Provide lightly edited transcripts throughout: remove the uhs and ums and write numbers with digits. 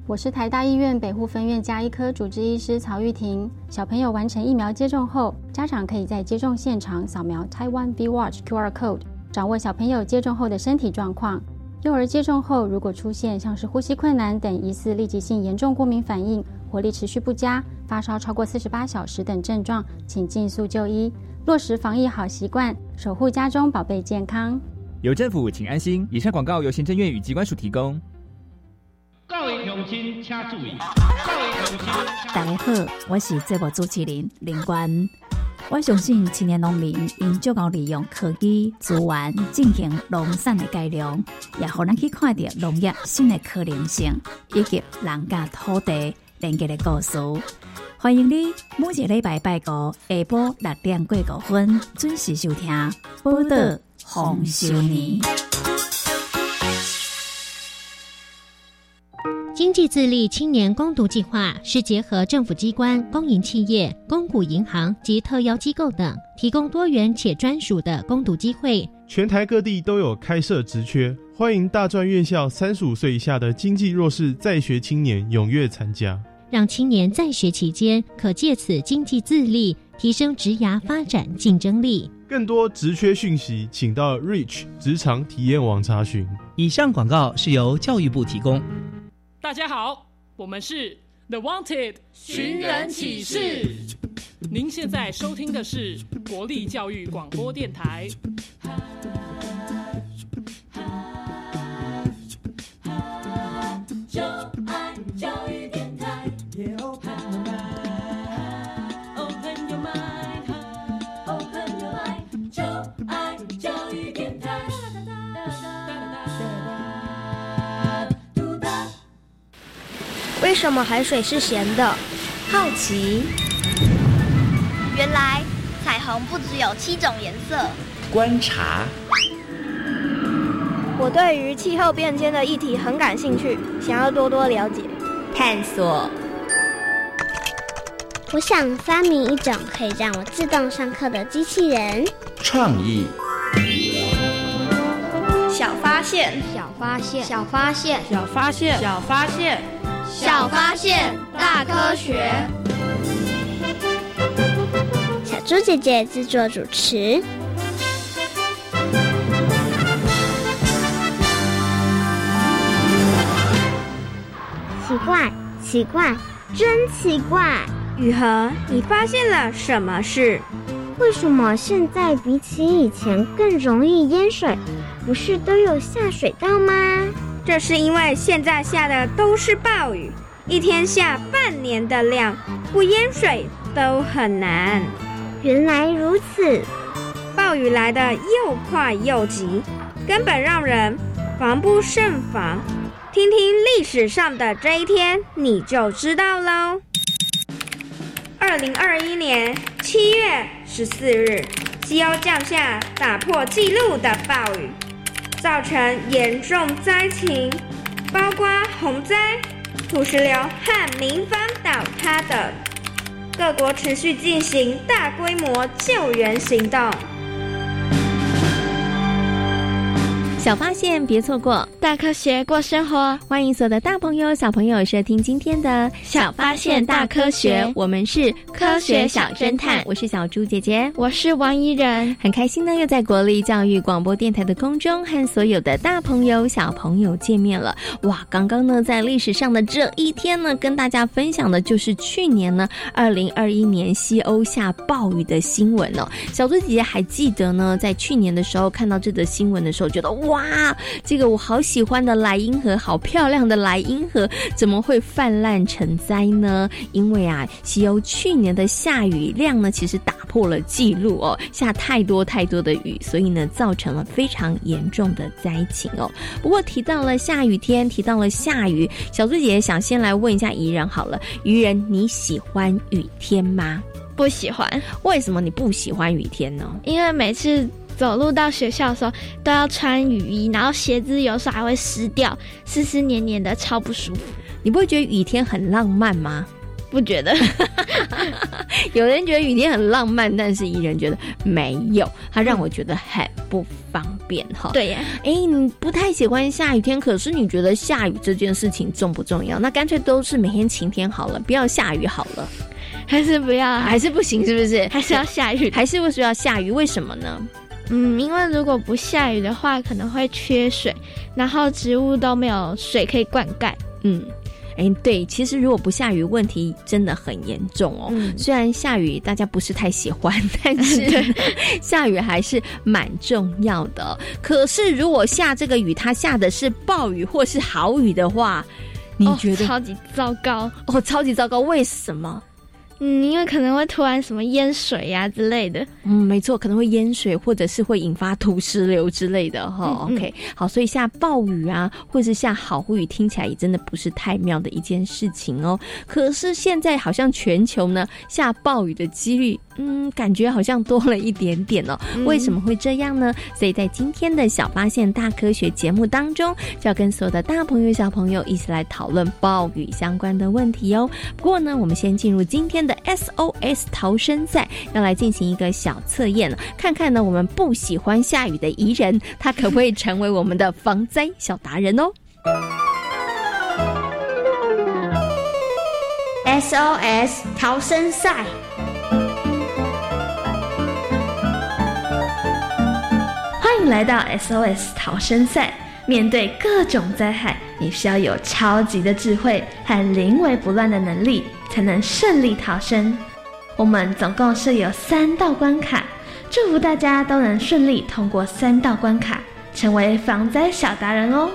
我是台大医院北护分院家医科主治医师曹玉婷。小朋友完成疫苗接种后，家长可以在接种现场扫描 Taiwan V-Watch QR Code， 掌握小朋友接种后的身体状况。幼儿接种后，如果出现像是呼吸困难等疑似立即性严重过敏反应，活力持续不佳，发烧超过48小时等症状，请尽速就医，落实防疫好习惯，守护家中宝贝健康。 有政府，请安心。以上广告由行政院与疾管署提供。 各位乡亲请注意， 大家好，我是节目主持人林冠。我相信青年农民应足够利用科技资源进行农产的改良，也让咱去看到农业新的可能性，以及人甲土地连接的故事。欢迎你每一个礼拜5下晡6點過5分準時收聽《報道豐收年》。 经济自立青年攻读计划是结合政府机关、公营企业、公股银行及特邀机构等，提供多元且专属的攻读机会。 全台各地都有开设职缺，欢迎大专院校35岁以下的经济弱势在学青年踊跃参加， 让青年在学期间可借此经济自立，提升职涯发展竞争力。 更多职缺讯息，请到 Reach 职场体验网查询。 以上广告是由教育部提供。 大家好，我们是 The Wanted 寻人启事。您现在收听的是国立教育广播电台。就爱教育电台。Open your mind, open your mind, 就爱教育电台。 为什么海水是咸的？ 好奇。 原来彩虹不只有7种颜色。 观察。 我对于气候变迁的议题很感兴趣，想要多多了解。 探索。 我想发明一种可以让我自动上课的机器人。 创意。 小发现， 小发现， 小发现， 小发现， 小发现，小发现大科学。 小猪姐姐制作主持。奇怪，奇怪，真奇怪！ 雨禾，你发现了什么事？ 为什么现在比起以前更容易淹水？不是都有下水道吗？ 这是因为现在下的都是暴雨，一天下半年的量，不淹水都很难。 原来如此， 暴雨来得又快又急，根本让人防不胜防。听听历史上的这一天，你就知道喽。2021年7月14日，西欧降下打破纪录的暴雨，造成严重灾情，包括洪灾、土石流和民房倒塌等。各国持续进行大规模救援行动。 小发现别错过， 大科学过生活。 欢迎所有的大朋友小朋友收听今天的小发现大科学， 我们是科学小侦探， 我是小猪姐姐， 我是王怡人。 很开心呢，又在国立教育广播电台的空中和所有的大朋友小朋友见面了。哇，刚刚呢在历史上的这一天呢，跟大家分享的就是去年呢2021年西欧下暴雨的新闻哦。小猪姐姐还记得呢，在去年的时候看到这则新闻的时候，觉得哇，这个我好喜欢的莱茵河，好漂亮的莱茵河，怎么会泛滥成灾呢？因为啊，西欧去年的下雨量呢，其实打破了纪录哦，下太多的雨，所以呢，造成了非常严重的灾情哦。不过提到了下雨天，提到了下雨，小猪姐姐想先来问一下宜人好了，宜人你喜欢雨天吗？ 不喜欢。 为什么你不喜欢雨天呢？ 因为每次走路到学校的时候都要穿雨衣，然后鞋子有时候还会湿掉，湿湿黏黏的，超不舒服。 你不会觉得雨天很浪漫吗？ 不觉得。 有人觉得雨天很浪漫，但是宜人觉得没有，它让我觉得很不方便哈。 对呀， 你不太喜欢下雨天，可是你觉得下雨这件事情重不重要？那干脆都是每天晴天好了，不要下雨好了。 还是不要？ 还是不行，是不是？ 还是要下雨？ 还是不需要下雨？为什么呢？ 因为如果不下雨的话，可能会缺水，然后植物都没有水可以灌溉。 对，其实如果不下雨，问题真的很严重哦。虽然下雨大家不是太喜欢，但是下雨还是蛮重要的。可是如果下这个雨，它下的是暴雨或是豪雨的话，你觉得？ 超级糟糕超级糟糕，为什么？ 因为可能会突然什么淹水呀之类的。 没错，可能会淹水，或者是会引发土石流之类的哈。OK， 好，所以下暴雨啊，或是下豪雨，听起来也真的不是太妙的一件事情哦。可是现在好像全球呢下暴雨的几率，感觉好像多了一点点哦。为什么会这样呢？所以在今天的小发现大科学节目当中，就要跟所有的大朋友小朋友一起来讨论暴雨相关的问题哦。不过呢，我们先进入今天的 SOS 逃生赛，要来进行一个小测验，看看呢我们不喜欢下雨的宜人，他可不可以成为我们的防灾小达人哦。 SOS 逃生赛。 欢迎来到 SOS 逃生赛。面对各种灾害，你需要有超级的智慧和临危不乱的能力，才能顺利逃生。我们总共设有3道关卡，祝福大家都能顺利通过3道关卡，成为防灾小达人哦。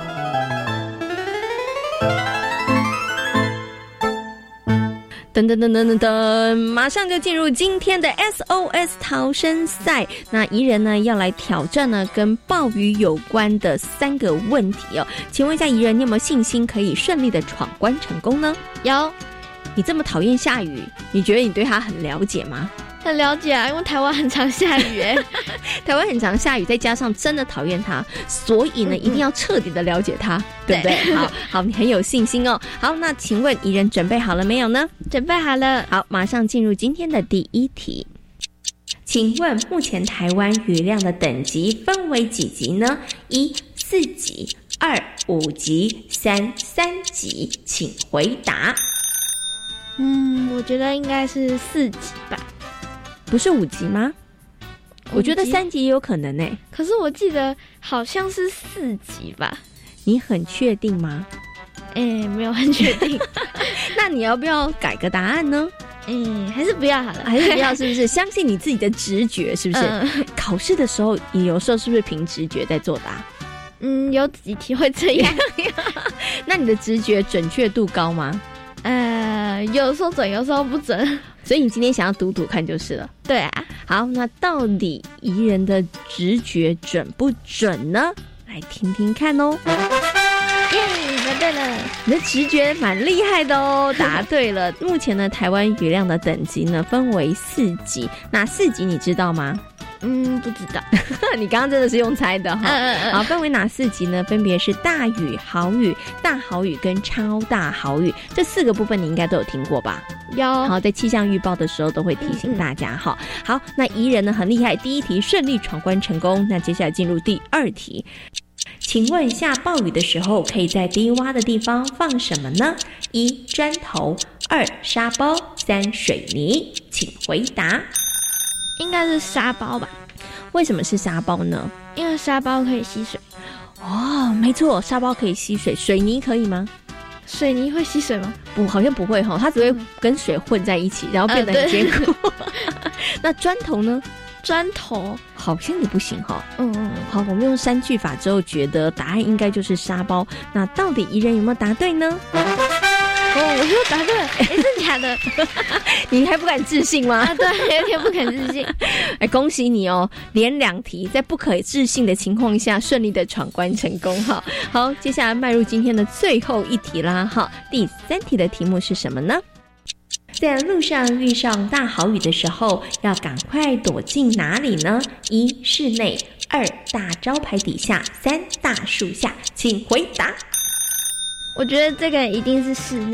噔噔噔噔噔噔，马上就进入今天的 SOS 逃生赛。那宜人呢要来挑战呢跟暴雨有关的3个问题哦。请问一下宜人，你有没有信心可以顺利的闯关成功呢？ 有。 你这么讨厌下雨，你觉得你对它很了解吗？ 很了解啊，因为台湾很常下雨耶。 台湾很常下雨，再加上真的讨厌它，所以呢一定要彻底的了解它，对不对？好，你很有信心哦。好，那请问宜人准备好了没有呢？ 准备好了。 好，马上进入今天的第1题。请问目前台湾雨量的等级分为几级呢？1 4级，2 5级，3 3级，请回答。 我觉得应该是4级吧。 不是5级吗？我觉得3级也有可能欸。 可是我记得好像是4级吧。 你很确定吗？ 没有很确定。 那你要不要改个答案呢？ 还是不要好了。 还是不要，是不是？相信你自己的直觉，是不是？考试的时候，你有时候是不是凭直觉在作答？ 有几题会这样。 那你的直觉准确度高吗？ 有时候准，有时候不准。 所以你今天想要赌赌看就是了。 对啊。 好，那到底宜人的直觉准不准呢？来听听看哦。 答对了。 你的直觉蛮厉害的哦，答对了。目前呢，台湾雨量的等级呢分为4级，那4级你知道吗？ 不知道。 你刚刚真的是用猜的哈。好，分为哪4级呢？分别是大雨、豪雨、大豪雨跟超大豪雨。这4个部分你应该都有听过吧？ 有。 好，在气象预报的时候都会提醒大家哈。好，那宜人呢很厉害，第1题顺利闯关成功。那接下来进入第2题。请问下暴雨的时候可以在低洼的地方放什么呢？1砖头，2沙包，3水泥，请回答。 应该是沙包吧。 为什么是沙包呢？ 因为沙包可以吸水。 没错，沙包可以吸水。水泥可以吗？ 水泥会吸水吗？ 不，好像不会哈，它只会跟水混在一起，然后变得很坚固。那砖头呢？ 砖头好像也不行哈。好，我们用3句法之后，觉得答案应该就是沙包。那到底宜人有没有答对呢？ 我又答对了。真的假的？ 你还不敢置信吗？ 对，有点不敢置信。 恭喜你哦，连2题在不可置信的情况下顺利的闯关成功哈。好，接下来迈入今天的最后1题啦哈。第3题的题目是什么呢？在路上遇上大豪雨的时候，要赶快躲进哪里呢？1室内，2大招牌底下，3大树下，请回答。 我觉得这个一定是室内。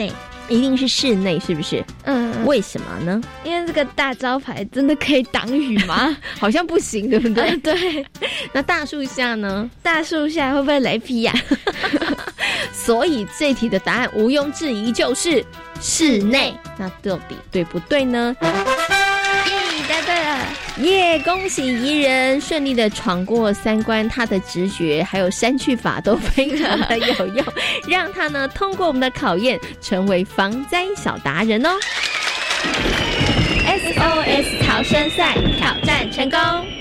一定是室内，是不是？为什么呢？ 因为这个大招牌真的可以挡雨吗？ 好像不行，对不对？ 对。 那大树下呢？ 大树下会不会雷劈呀？ 所以这题的答案毋庸置疑就是室内。那到底对不对呢？ 答对了， 耶！恭喜宜人顺利的闯过3关，他的直觉还有删去法都非常的有用，让他呢通过我们的考验，成为防灾小达人哦。 SOS 逃生赛挑战成功。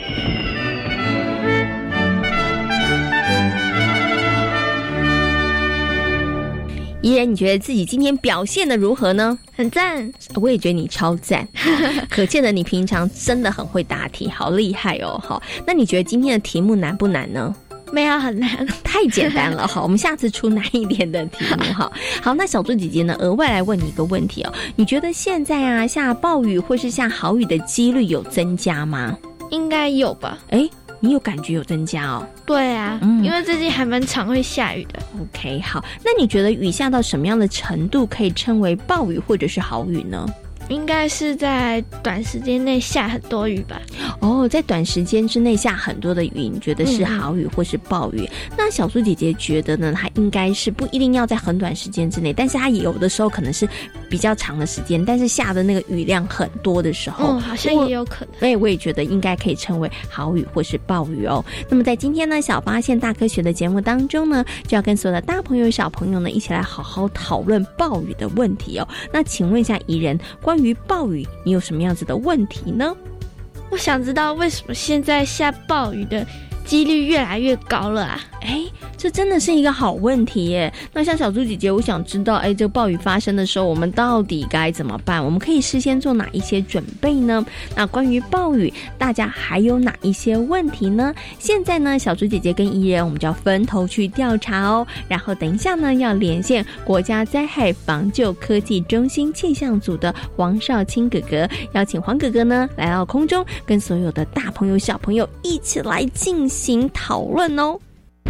宜人，你觉得自己今天表现的如何呢？ 很赞， 我也觉得你超赞，可见的你平常真的很会答题，好厉害哦！好，那你觉得今天的题目难不难呢？ 没有很难， 太简单了。好，我们下次出难一点的题目哈。好，那小猪姐姐呢，额外来问你一个问题哦，你觉得现在啊下暴雨或是下豪雨的几率有增加吗？ 应该有吧。 你有感觉有增加哦？ 对啊，因为最近还蛮常会下雨的。 OK， 好，那你觉得雨下到什么样的程度可以称为暴雨或者是豪雨呢？ 应该是在短时间内下很多雨吧。 在短时间之内下很多的雨，你觉得是豪雨或是暴雨？那小猪姐姐觉得呢，它应该是不一定要在很短时间之内，但是它有的时候可能是比较长的时间，但是下的那个雨量很多的时候， 好像也有可能。 我也觉得应该可以称为豪雨或是暴雨哦。那么在今天呢小发现大科学的节目当中呢，就要跟所有的大朋友小朋友呢一起来好好讨论暴雨的问题哦。那请问一下宜人，关于暴雨你有什么样子的问题呢？ 我想知道为什么现在下暴雨的几率越来越高了啊？ 这真的是一个好问题耶。那像小猪姐姐，我想知道这个暴雨发生的时候我们到底该怎么办？我们可以事先做哪一些准备呢？那关于暴雨大家还有哪一些问题呢？现在呢小猪姐姐跟宜人我们就要分头去调查哦，然后等一下呢要连线国家灾害防救科技中心气象组的黄少清哥哥，邀请黄哥哥呢来到空中跟所有的大朋友小朋友一起来进行讨论哦。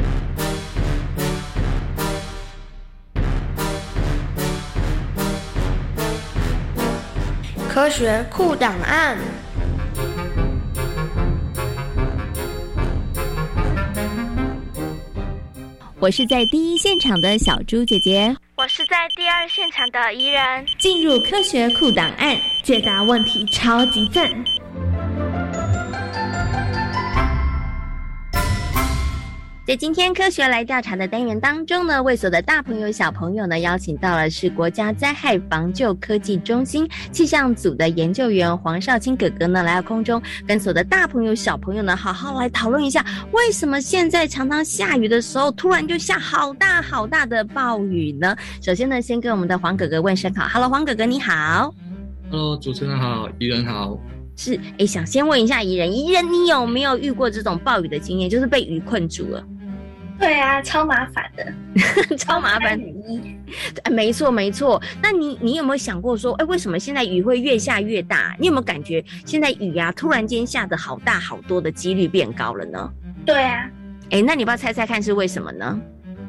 科学酷档案。 我是在第一现场的小猪姐姐， 我是在第2现场的宜人。 进入科学酷档案，解答问题超级赞。 在今天科学来调查的单元当中呢，为所有的大朋友小朋友呢邀请到了是国家灾害防救科技中心气象组的研究员黄少清哥哥呢来到空中，跟所有的大朋友小朋友呢好好来讨论一下，为什么现在常常下雨的时候突然就下好大好大的暴雨呢？首先呢先跟我们的黄哥哥问声好。 Hello 黄哥哥你好。 Hello 主持人好，宜人好。 是想先问一下宜人你有没有遇过这种暴雨的经验，就是被雨困住了？ 对啊，超麻烦的。 超麻烦。没错没错。那你有没有想过说为什么现在雨会越下越大？你有没有感觉现在雨啊突然间下的好大好多的几率变高了呢？ 对啊。 那你要不要猜猜看是为什么呢？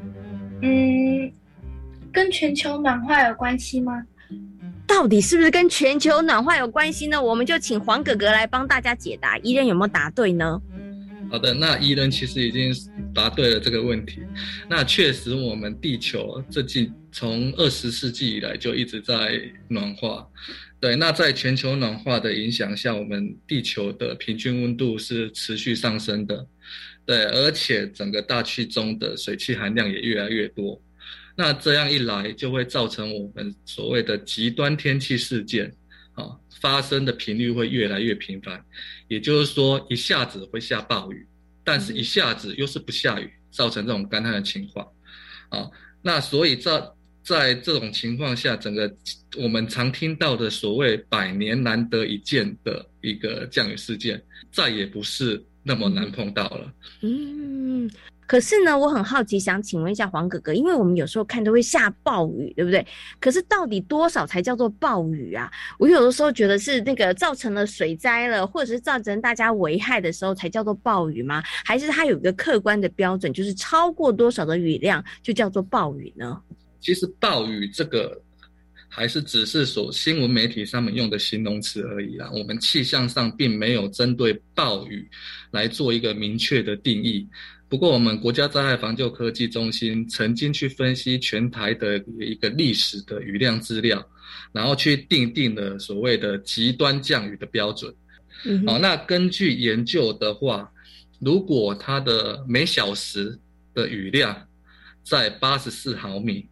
跟全球暖化有关系吗？ 到底是不是跟全球暖化有关系呢？我们就请黄哥哥来帮大家解答，宜人有没有答对呢？ 好的，那宜人其实已经答对了这个问题。那确实我们地球从20世纪以来就一直在暖化。对，那在全球暖化的影响下，我们地球的平均温度是持续上升的。对，而且整个大气中的水汽含量也越来越多。那这样一来就会造成我们所谓的极端天气事件发生的频率会越来越频繁，也就是说一下子会下暴雨，但是一下子又是不下雨，造成这种干旱的情况那所以在这种情况下，整个我们常听到的所谓100年难得一见的一个降雨事件再也不是那么难碰到了。 可是呢我很好奇，想请问一下黄哥哥，因为我们有时候看都会下暴雨对不对？可是到底多少才叫做暴雨啊？我有的时候觉得是那个造成了水灾了，或者是造成大家危害的时候才叫做暴雨吗？还是它有一个客观的标准，就是超过多少的雨量就叫做暴雨呢？ 其实暴雨这个还是只是新闻媒体上面用的形容词而已啦。我们气象上并没有针对暴雨来做一个明确的定义。不过我们国家灾害防救科技中心曾经去分析全台的一个历史的雨量资料，然后去订定了所谓的极端降雨的标准。那根据研究的话，如果它的每小时的雨量在84毫米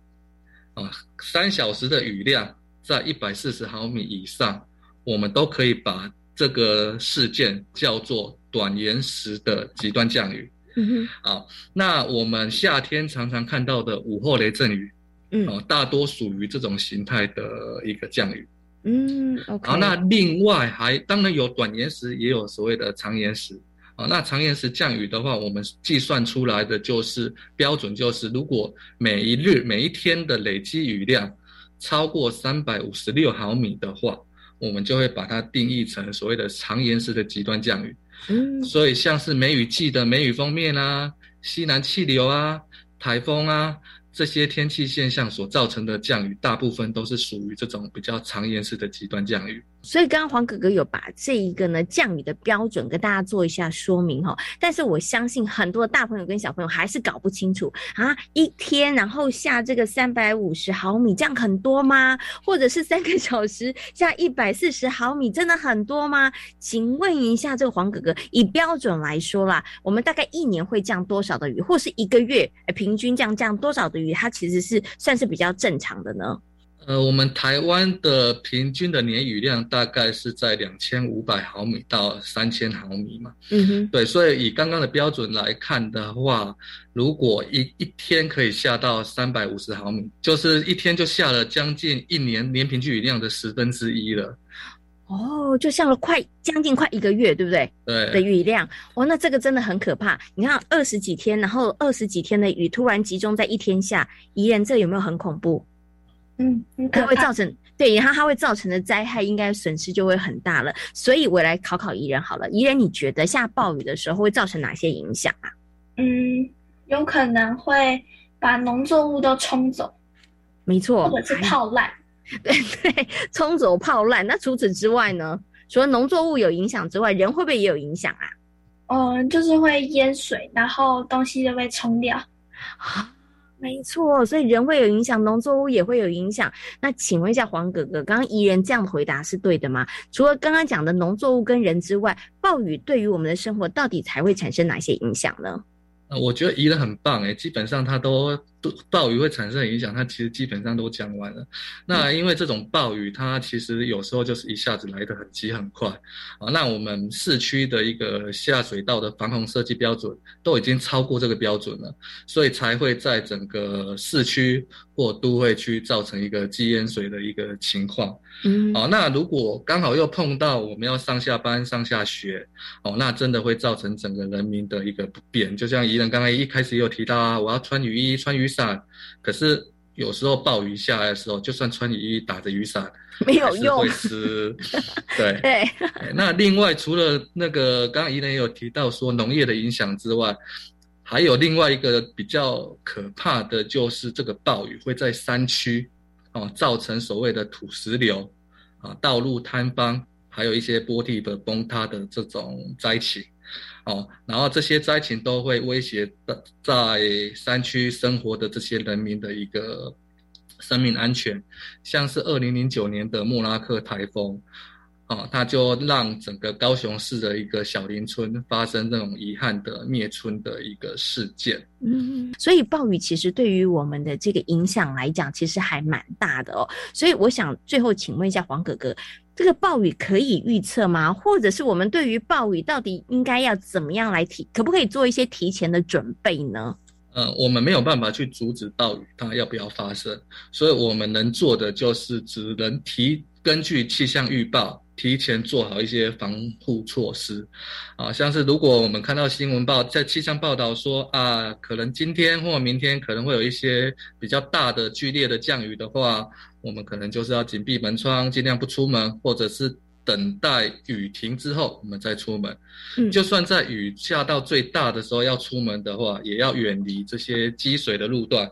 ，3小时的雨量在140毫米以上，我们都可以把这个事件叫做短延时的极端降雨。那我们夏天常常看到的午后雷阵雨，大多属于这种形态的一个降雨。 OK。 好，那另外当然有短延时，也有所谓的长延时。那长延时降雨的话，我们计算出来的就是标准，就是如果每一天的累积雨量超过356毫米的话，我们就会把它定义成所谓的长延时的极端降雨。所以像是梅雨季的梅雨锋面啊、西南气流啊、台风啊，这些天气现象所造成的降雨，大部分都是属于这种比较长延时的极端降雨。 所以刚刚黄哥哥有把这一个呢降雨的标准跟大家做一下说明但是我相信很多大朋友跟小朋友还是搞不清楚一天然后下这个350毫米，这样很多吗？或者是3个小时下140毫米，真的很多吗？请问一下这个黄哥哥，以标准来说啦，我们大概1年会降多少的雨，或是1个月平均降多少的雨，它其实是算是比较正常的呢？ 我们台湾的平均的年雨量大概是在2500毫米到3000毫米嘛。对，所以以刚刚的标准来看的话，如果一天可以下到350毫米，就是一天就下了将近1年平均雨量的1/10了。 就下了将近快1个月，对不对？ 对的雨量。那这个真的很可怕。你看20几天，然后20几天的雨突然集中在一天下，宜人这有没有很恐怖？它会造成它会造成的灾害应该损失就会很大了。所以我来考考宜人好了，宜人你觉得下暴雨的时候会造成哪些影响啊？ 有可能会把农作物都冲走， 没错， 或者是泡烂。 对，冲走泡烂。那除此之外呢？除了农作物有影响之外，人会不会也有影响啊？ 就是会淹水，然后东西就被冲掉。 没错，所以人会有影响，农作物也会有影响。那请问一下黄哥哥，刚刚宜人这样的回答是对的吗？除了刚刚讲的农作物跟人之外，暴雨对于我们的生活到底才会产生哪些影响呢？ 我觉得宜人很棒基本上他都暴雨会产生的影响，他其实基本上都讲完了。那因为这种暴雨它其实有时候就是一下子来得很急很快那我们市区的一个下水道的防洪设计标准都已经超过这个标准了，所以才会在整个市区或都会区造成一个积淹水的一个情况。那如果刚好又碰到我们要上下班上下学那真的会造成整个人民的一个不便。就像宜人刚才一开始也有提到我要穿雨衣穿雨伞，可是有时候暴雨下来的时候，就算穿雨衣打着雨伞没有用， 会湿。对。那另外除了那个刚刚宜人也有提到说农业的影响之外，还有另外一个比较可怕的就是这个暴雨会在山区造成所谓的土石流道路坍方，还有一些坡地的崩塌的这种灾情然后这些灾情都会威胁在山区生活的这些人民的一个生命安全。像是2009年的莫拉克台风它就让整个高雄市的一个小林村发生这种遗憾的灭村的一个事件。 所以暴雨其实对于我们的这个影响来讲，其实还蛮大的所以我想最后请问一下黄哥哥，这个暴雨可以预测吗？或者是我们对于暴雨到底应该要怎么样来可不可以做一些提前的准备呢？ 我们没有办法去阻止暴雨它要不要发生，所以我们能做的就是只能根据气象预报提前做好一些防护措施像是如果我们看到新闻在气象报道说可能今天或明天可能会有一些比较大的剧烈的降雨的话，我们可能就是要紧闭门窗，尽量不出门，或者是等待雨停之后我们再出门。就算在雨下到最大的时候要出门的话，也要远离这些积水的路段，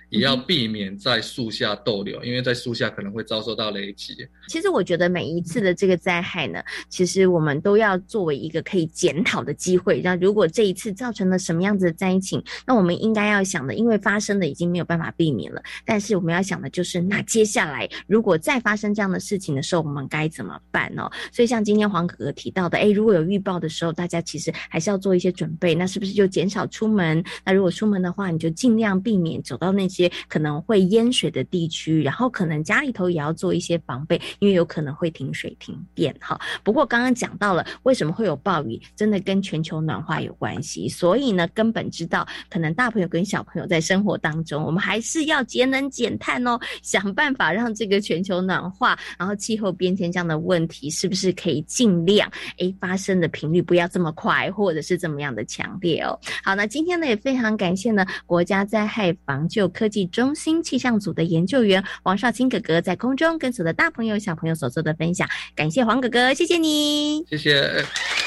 也要避免在树下逗留，因为在树下可能会遭受到雷击。 其实我觉得每一次的这个灾害呢，其实我们都要作为一个可以检讨的机会。那如果这一次造成了什么样子的灾情，那我们应该要想的，因为发生的已经没有办法避免了，但是我们要想的就是，那接下来如果再发生这样的事情的时候，我们该怎么办哦？所以像今天黄哥哥提到的，如果有预报的时候，大家其实还是要做一些准备。那是不是就减少出门？那如果出门的话，你就尽量避免走到那些可能会淹水的地区，然后可能家里头也要做一些防备，因为有可能会停水停电哈。不过刚刚讲到了为什么会有暴雨，真的跟全球暖化有关系，所以呢根本知道可能大朋友跟小朋友在生活当中，我们还是要节能减碳哦，想办法让这个全球暖化然后气候变迁这样的问题是不是可以尽量发生的频率不要这么快，或者是这么样的强烈哦。好，那今天呢也非常感谢呢国家灾害防救科技中心气象组的研究员王少卿哥哥在空中跟所有的大朋友小朋友所做的分享，感谢黄哥哥，谢谢你。 谢谢。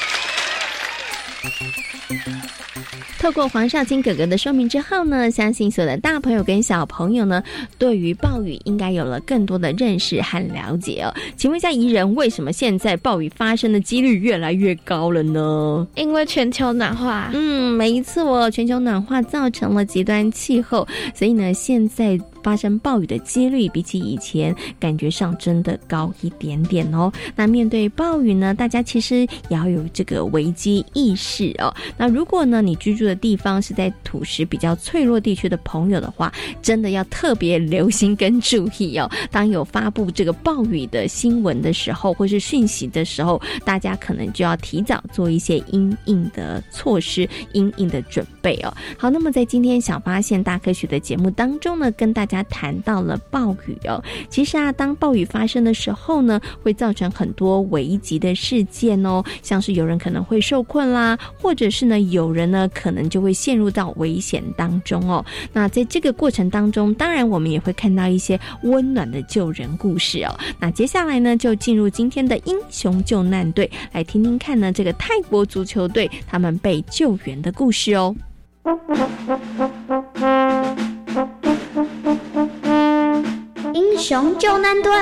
透过黄少卿哥哥的说明之后呢，相信所有的大朋友跟小朋友呢，对于暴雨应该有了更多的认识和了解哦。请问一下宜人，为什么现在暴雨发生的几率越来越高了呢？ 因为全球暖化。 没错，全球暖化造成了极端气候，所以呢，现在发生暴雨的几率比起以前感觉上真的高一点点哦。那面对暴雨呢，大家其实也要有这个危机意识哦。那如果呢你居住的地方是在土石比较脆弱地区的朋友的话，真的要特别留心跟注意哦。当有发布这个暴雨的新闻的时候，或是讯息的时候，大家可能就要提早做一些因应的措施，因应的准备哦。好，那么在今天小发现大科学的节目当中呢，跟大家谈到了暴雨哦。其实当暴雨发生的时候呢，会造成很多危急的事件哦，像是有人可能会受困啦，或者是呢有人呢可能就会陷入到危险当中哦。那在这个过程当中，当然我们也会看到一些温暖的救人故事哦。那接下来呢，就进入今天的英雄救难队，来听听看呢这个泰国足球队他们被救援的故事哦。 英雄救难队。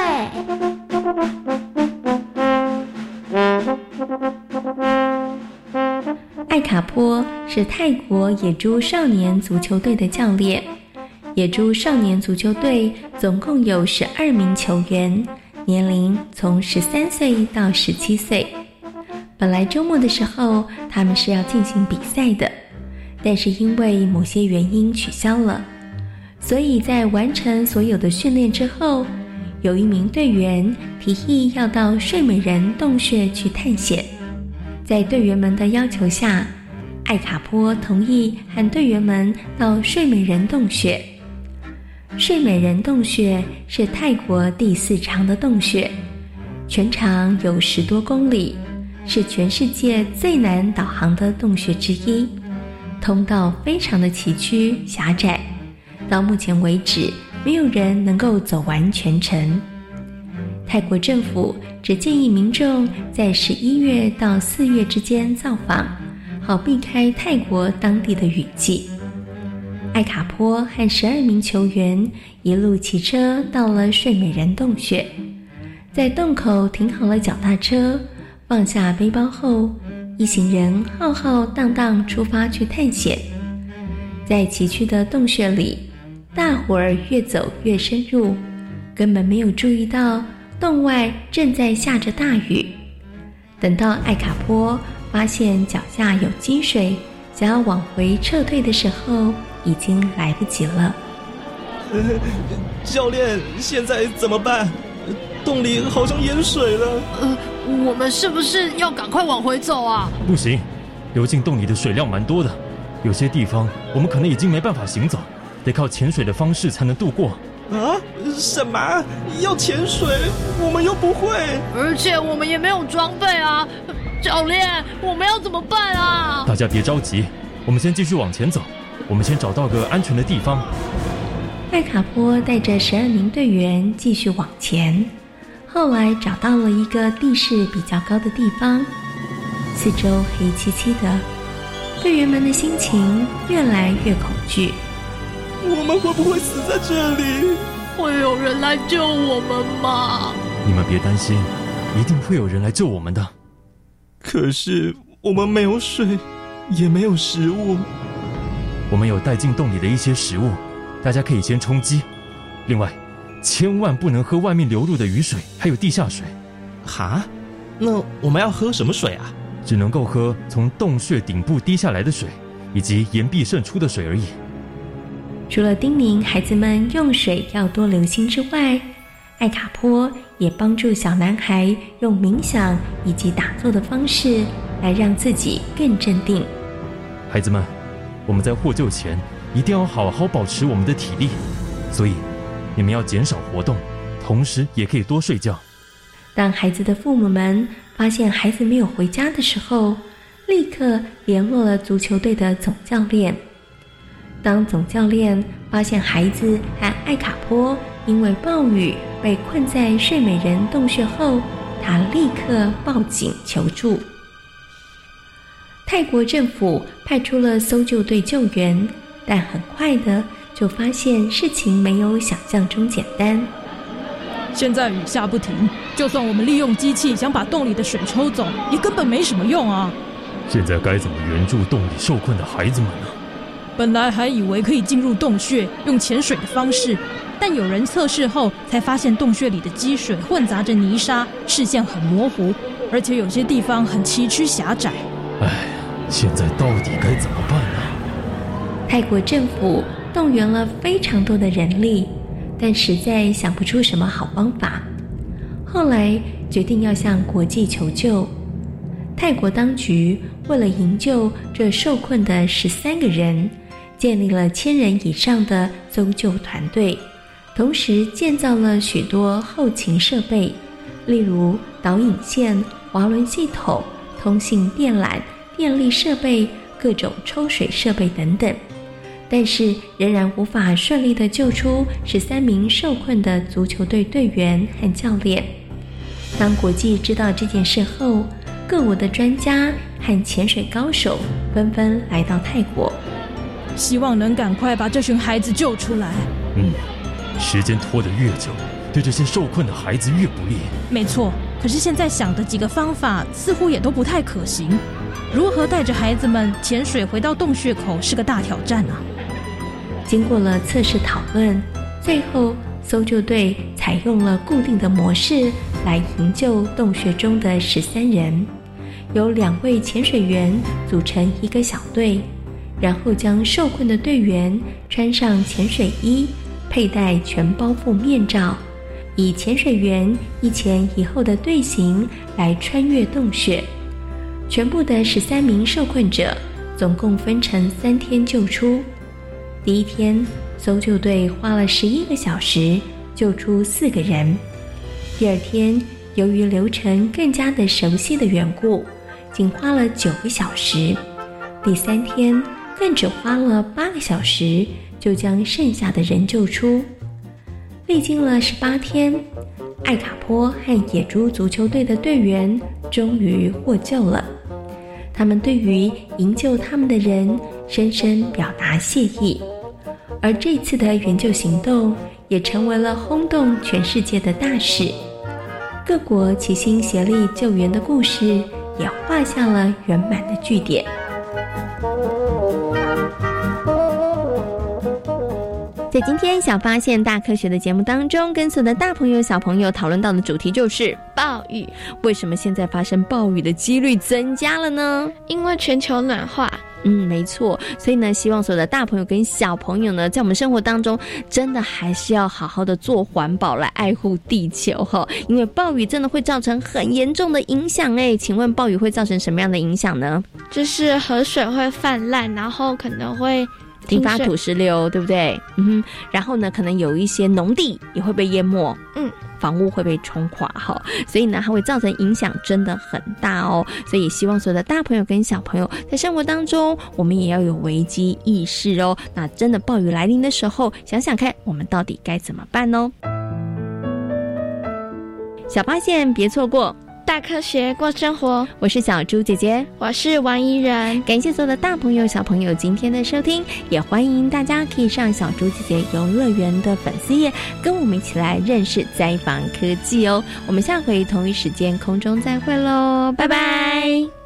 艾卡波是泰国野猪少年足球队的教练。野猪少年足球队总共有12名球员，年龄从13岁到17岁。本来周末的时候他们是要进行比赛的，但是因为某些原因取消了，所以在完成所有的训练之后，有一名队员提议要到睡美人洞穴去探险。在队员们的要求下，艾卡波同意和队员们到睡美人洞穴。睡美人洞穴是泰国第4长的洞穴，全长有10多公里，是全世界最难导航的洞穴之一，通道非常的崎岖狭窄，到目前为止没有人能够走完全程。泰国政府只建议民众在11月到4月之间造访，好避开泰国当地的雨季。艾卡波和12名球员一路骑车到了睡美人洞穴，在洞口停好了脚踏车，放下背包后，一行人浩浩荡荡出发去探险。在崎岖的洞穴里，大伙儿越走越深入，根本没有注意到洞外正在下着大雨。等到艾卡波发现脚下有积水，想要往回撤退的时候，已经来不及了。 教练，现在怎么办？洞里好像淹水了。 我们是不是要赶快往回走啊？ 不行，流进洞里的水量蛮多的，有些地方我们可能已经没办法行走，得靠潜水的方式才能渡过。 啊？什么？要潜水？我们又不会，而且我们也没有装备啊！教练，我们要怎么办啊？ 大家别着急，我们先继续往前走，我们先找到个安全的地方。 艾卡波带着12名队员继续往前，后来找到了一个地势比较高的地方，四周黑漆漆的，队员们的心情越来越恐惧。 我们会不会死在这里？ 会有人来救我们吗？ 你们别担心，一定会有人来救我们的。 可是我们没有水，也没有食物。 我们有带进洞里的一些食物，大家可以先充饥。另外，千万不能喝外面流入的雨水，还有地下水。 哈？那我们要喝什么水啊？ 只能够喝从洞穴顶部滴下来的水，以及岩壁渗出的水而已。 除了叮咛孩子们用水要多留心之外，艾卡波也帮助小男孩用冥想以及打坐的方式来让自己更镇定。 孩子们，我们在获救前一定要好好保持我们的体力，所以你们要减少活动，同时也可以多睡觉。 当孩子的父母们发现孩子没有回家的时候，立刻联络了足球队的总教练。当总教练发现孩子和艾卡波因为暴雨被困在睡美人洞穴后，他立刻报警求助。泰国政府派出了搜救队救援，但很快的就发现事情没有想象中简单。 现在雨下不停，就算我们利用机器想把洞里的水抽走，也根本没什么用啊！ 现在该怎么援助洞里受困的孩子们呢？ 本来还以为可以进入洞穴，用潜水的方式，但有人测试后才发现洞穴里的积水混杂着泥沙，视线很模糊，而且有些地方很崎岖狭窄。 现在到底该怎么办呢？ 泰国政府动员了非常多的人力，但实在想不出什么好方法。后来决定要向国际求救。泰国当局为了营救这受困的13个人，建立了1000人以上的搜救团队，同时建造了许多后勤设备，例如导引线、滑轮系统、通信电缆、电力设备、各种抽水设备等等。但是仍然无法顺利地救出13名受困的足球队队员和教练。当国际知道这件事后，各国的专家和潜水高手纷纷来到泰国， 希望能赶快把这群孩子救出来。 时间拖得越久，对这些受困的孩子越不利。 没错，可是现在想的几个方法似乎也都不太可行。如何带着孩子们潜水回到洞穴口是个大挑战啊！ 经过了测试讨论，最后搜救队采用了固定的模式来营救洞穴中的13人，由2位潜水员组成一个小队，然后将受困的队员穿上潜水衣，佩戴全包覆面罩，以潜水员一前一后的队形来穿越洞穴。全部的13名受困者总共分成3天救出。第一天，搜救队花了11个小时救出4个人。第二天，由于流程更加的熟悉的缘故，仅花了9个小时。第3天更只花了8个小时就将剩下的人救出。历经了18天，艾卡波和野猪足球队的队员终于获救了。他们对于营救他们的人深深表达谢意，而这次的援救行动也成为了轰动全世界的大事。各国齐心协力救援的故事也画下了圆满的句点。在今天小发现大科学的节目当中，跟所有的大朋友小朋友讨论到的主题就是暴雨。 为什么现在发生暴雨的几率增加了呢？ 因为全球暖化。 没错，所以呢，希望所有的大朋友跟小朋友呢，在我们生活当中，真的还是要好好的做环保，来爱护地球哈。因为暴雨真的会造成很严重的影响请问暴雨会造成什么样的影响呢？ 就是河水会泛滥，然后可能会引发土石流，对不对？然后呢，可能有一些农地也会被淹没，房屋会被冲垮哈，所以呢，它会造成影响真的很大哦。所以希望所有的大朋友跟小朋友在生活当中，我们也要有危机意识哦。那真的暴雨来临的时候，想想看，我们到底该怎么办哦？小发现别错过， 大科学过生活， 我是小猪姐姐， 我是王怡人。 感谢所有的大朋友小朋友今天的收听，也欢迎大家可以上小猪姐姐游乐园的粉丝页，跟我们一起来认识灾防科技哦。我们下回同一时间空中再会咯，拜拜。